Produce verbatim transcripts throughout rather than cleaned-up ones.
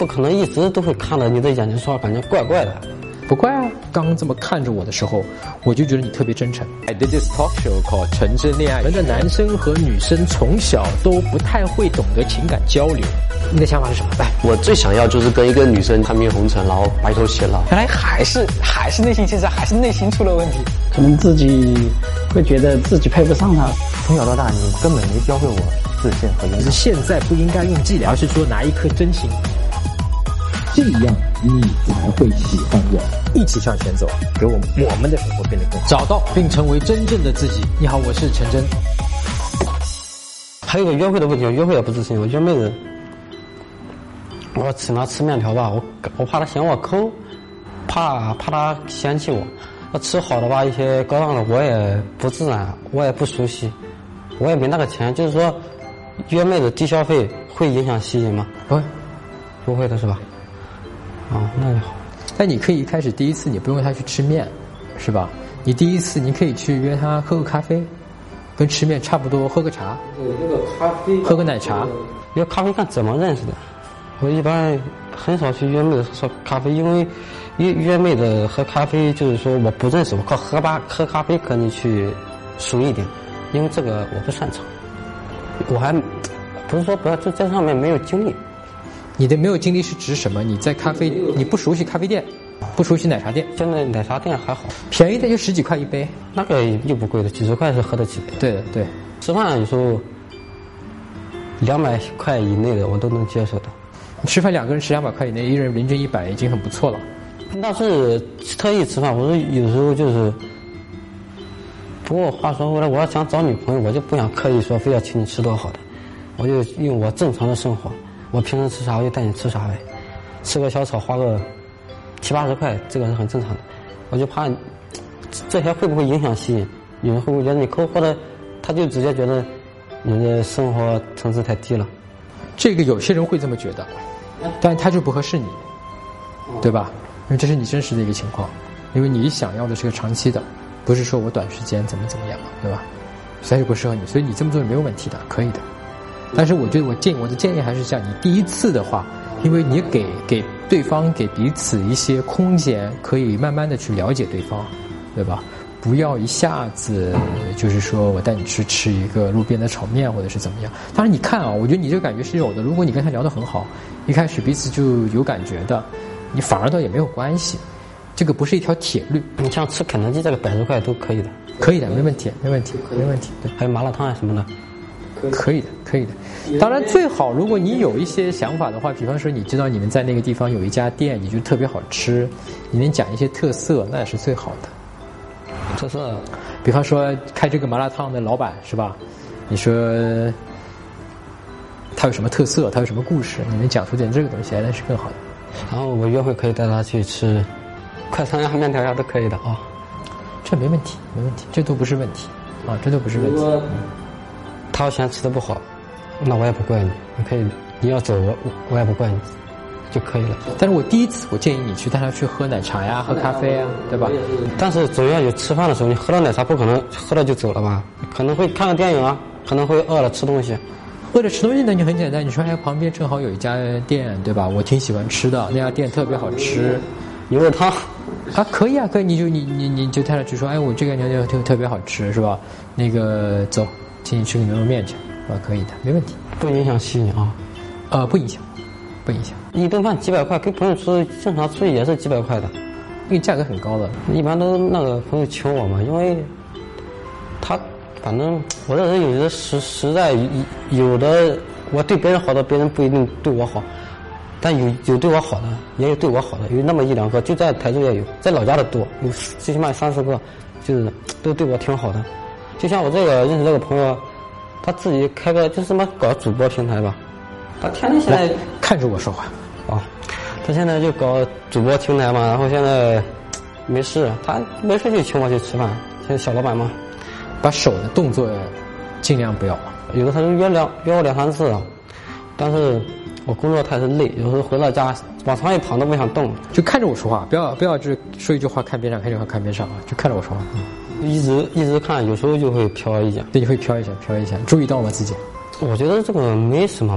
不可能一直都会看着你的眼睛说话，感觉怪怪的。 不怪啊，刚刚这么看着我的时候，我就觉得你特别真诚。I did this talk show called 纯真恋爱。我们的男生和女生从小都不太会懂得情感交流。你的想法是什么？来， 我最想要就是跟一个女生看遍红尘，然后白头偕老。 原来还是还是内心，其实还是内心出了问题。 可能自己会觉得自己配不上他。 从小到大，你根本没教会我自信和勇敢。 现在不应该用伎俩，而是说拿一颗真心。这样你才会喜欢我，一起向前走，给我们我们的生活变得更好，找到并成为真正的自己。你好，我是陈真。 还有个约会的问题，我约会也不自信，我约妹子，我请她吃面条吧，我我怕她嫌我抠，怕怕她嫌弃我。我吃好的吧，一些高档的我也不自然，我也不熟悉，我也没那个钱。就是说，约妹子低消费会影响吸引吗？ 不会， 不会的是吧？哦，那就好。 但你可以一开始第一次你不用他去吃面，是吧？你第一次你可以去约他喝个咖啡，跟吃面差不多，喝个茶。 那个咖啡， 喝个奶茶。 约咖啡看怎么认识的。我一般很少去约妹子喝咖啡，因为约约妹子喝咖啡就是说我不认识，我靠喝吧喝咖啡可你去熟一点，因为这个我不擅长。我还不是说不要，就在上面没有经历。 你的没有经历是指什么？你在咖啡，你不熟悉咖啡店，不熟悉奶茶店。 现在奶茶店还好， 便宜的就十几块一杯， 那个又不贵的，几十块是喝得起的。 对的，对。 吃饭有时候两百块以内的我都能接受的。 吃饭两个人吃两百块以内，一人人均一百已经很不错了。 那是特意吃饭，我说有时候就是。不过话说回来，我要想找女朋友，我就不想刻意说非要请你吃多好的，我就用我正常的生活。我平时吃啥我就带你吃啥呗，吃个小炒花个七八十块，这个是很正常的。我就怕这些会不会影响吸引，有人会不会觉得你抠，或者他就直接觉得你的生活层次太低了。 这个有些人会这么觉得，但他就不合适你，对吧？因为这是你真实的一个情况，因为你想要的是个长期的，不是说我短时间怎么怎么样，对吧？所以不适合你，所以你这么做是没有问题的，可以的。但是我觉得我建议我的建议还是这样，你第一次的话，因为你给给对方给彼此一些空间，可以慢慢的去了解对方，对吧？不要一下子就是说我带你去吃一个路边的炒面或者是怎么样。当然你看啊，我觉得你这个感觉是有的，如果你跟他聊得很好，一开始彼此就有感觉的，你反而倒也没有关系，这个不是一条铁律。 你像吃肯德基这个百十块都可以的， 可以的，没问题，没问题，没问题。对， 还有麻辣烫啊什么的。 可以的，可以的。当然，最好如果你有一些想法的话，比方说你知道你们在那个地方有一家店，你觉得特别好吃，你能讲一些特色，那也是最好的。 特色， 比方说开这个麻辣烫的老板是吧？你说他有什么特色，他有什么故事，你能讲出点这个东西来，那是更好的。 然后我约会可以带他去吃快餐呀、面条呀都可以的啊、哦， 这没问题，没问题，这都不是问题啊，这都不是问题。嗯， 他要嫌吃的不好，那我也不怪你，你可以，你要走我我也不怪你，就可以了。 但是我第一次我建议你去带他去喝奶茶呀，喝咖啡啊，对吧？ 但是总要有吃饭的时候，你喝了奶茶不可能喝了就走了吧？可能会看个电影啊，可能会饿了吃东西。 饿了吃东西呢，你很简单，你说哎旁边正好有一家店，对吧？我挺喜欢吃的，那家店特别好吃， 牛肉汤啊，可以啊，可以，你就你你你就带他去说，哎，我这个牛肉特特别好吃，是吧？那个走。请你吃个牛肉面去，啊，可以的，没问题， 不影响吸引啊， 呃，不影响，不影响。 一顿饭几百块，跟朋友出正常出去也是几百块的， 因为价格很高的。 一般都那个朋友请我嘛，因为他反正我这人有的实实在有的我对别人好的，别人不一定对我好，但有有对我好的，也有对我好的，有那么一两个，就在台州也有，在老家的多，有最起码三四个，就是都对我挺好的。就像我这个认识这个朋友，他自己开个就是什么搞主播平台吧，他天天现在看着我说话啊，他现在就搞主播平台嘛，然后现在没事，他没事就请我去吃饭，现在小老板嘛， 把手的动作尽量不要， 有的他就约两约我两三次，但是我工作太是累，有时候回到家往床一躺都不想动， 就看着我说话，不要不要就是说一句话看边上，看一句话看边上啊，就看着我说话。嗯， 一直一直看，有时候就会飘一下， 对，你会飘一下，飘一下，注意到吗自己？ 我觉得这个没什么吧，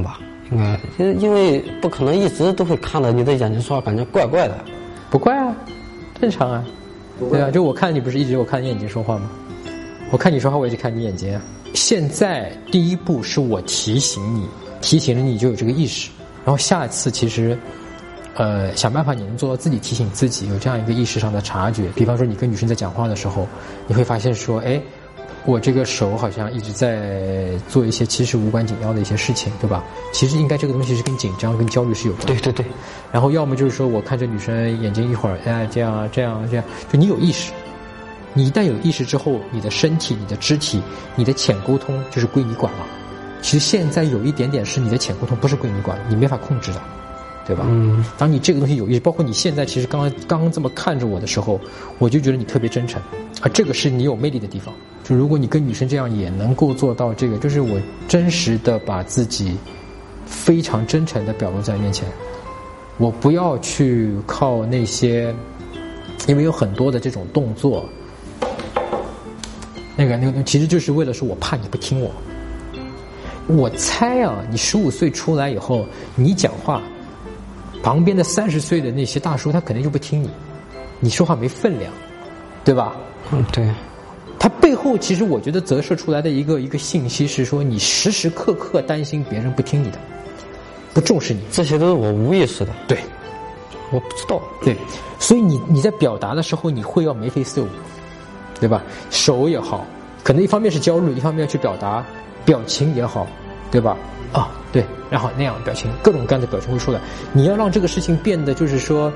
应该因因为不可能一直都会看到你的眼睛说话，感觉怪怪的。 不怪啊，正常啊，对啊，就我看你不是一直我看你眼睛说话吗？我看你说话，我也是看你眼睛啊。现在第一步是我提醒你，提醒了你就有这个意识，然后下一次其实，呃，想办法你能做到自己提醒自己有这样一个意识上的察觉。比方说你跟女生在讲话的时候，你会发现说，哎，我这个手好像一直在做一些其实无关紧要的一些事情，对吧？其实应该这个东西是跟紧张、跟焦虑是有关的。 对对对。 然后要么就是说我看着女生眼睛一会儿，哎，这样这样这样，就你有意识。你一旦有意识之后，你的身体、你的肢体、你的潜沟通就是归你管了。其实现在有一点点是你的潜沟通不是归你管，你没法控制的，对吧？嗯。当你这个东西有意识，包括你现在其实刚刚刚刚这么看着我的时候，我就觉得你特别真诚，啊，这个是你有魅力的地方。就如果你跟女生这样也能够做到这个，就是我真实的把自己非常真诚的表露在面前，我不要去靠那些，因为有很多的这种动作。那个那个其实就是为了说我怕你不听我。我猜啊，你十五岁出来以后，你讲话，旁边的三十岁的那些大叔他肯定就不听你，你说话没分量，对吧？ 嗯，对。 他背后其实我觉得折射出来的一个一个信息是说，你时时刻刻担心别人不听你的，不重视你。 这些都是我无意识的。 对， 我不知道。 对，所以你你在表达的时候，你会要眉飞色舞。对吧？手也好，可能一方面是焦虑，一方面要去表达，表情也好，对吧？啊，对，然后那样表情，各种各样的表情会出来。你要让这个事情变得就是说，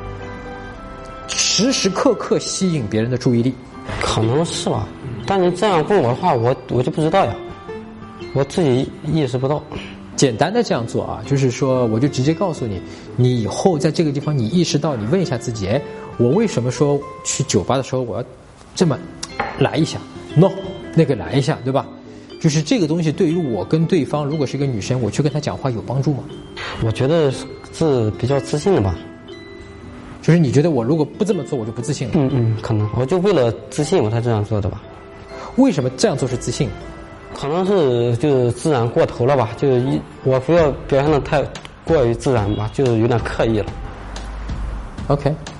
时时刻刻吸引别人的注意力。 可能是吧，但你这样问我的话，我我就不知道呀，我自己意识不到。 简单的这样做啊，就是说，我就直接告诉你，你以后在这个地方，你意识到，你问一下自己，哎，我为什么说去酒吧的时候我要这么来一下 ，no， 那个来一下，对吧？就是这个东西对于我跟对方，如果是一个女生，我去跟她讲话有帮助吗？ 我觉得是比较自信的吧。 就是你觉得我如果不这么做，我就不自信了？ 嗯嗯，可能我就为了自信我才这样做的吧。 为什么这样做是自信？ 可能是就是自然过头了吧，就是一我不要表现的太过于自然吧，就是有点刻意了。 OK。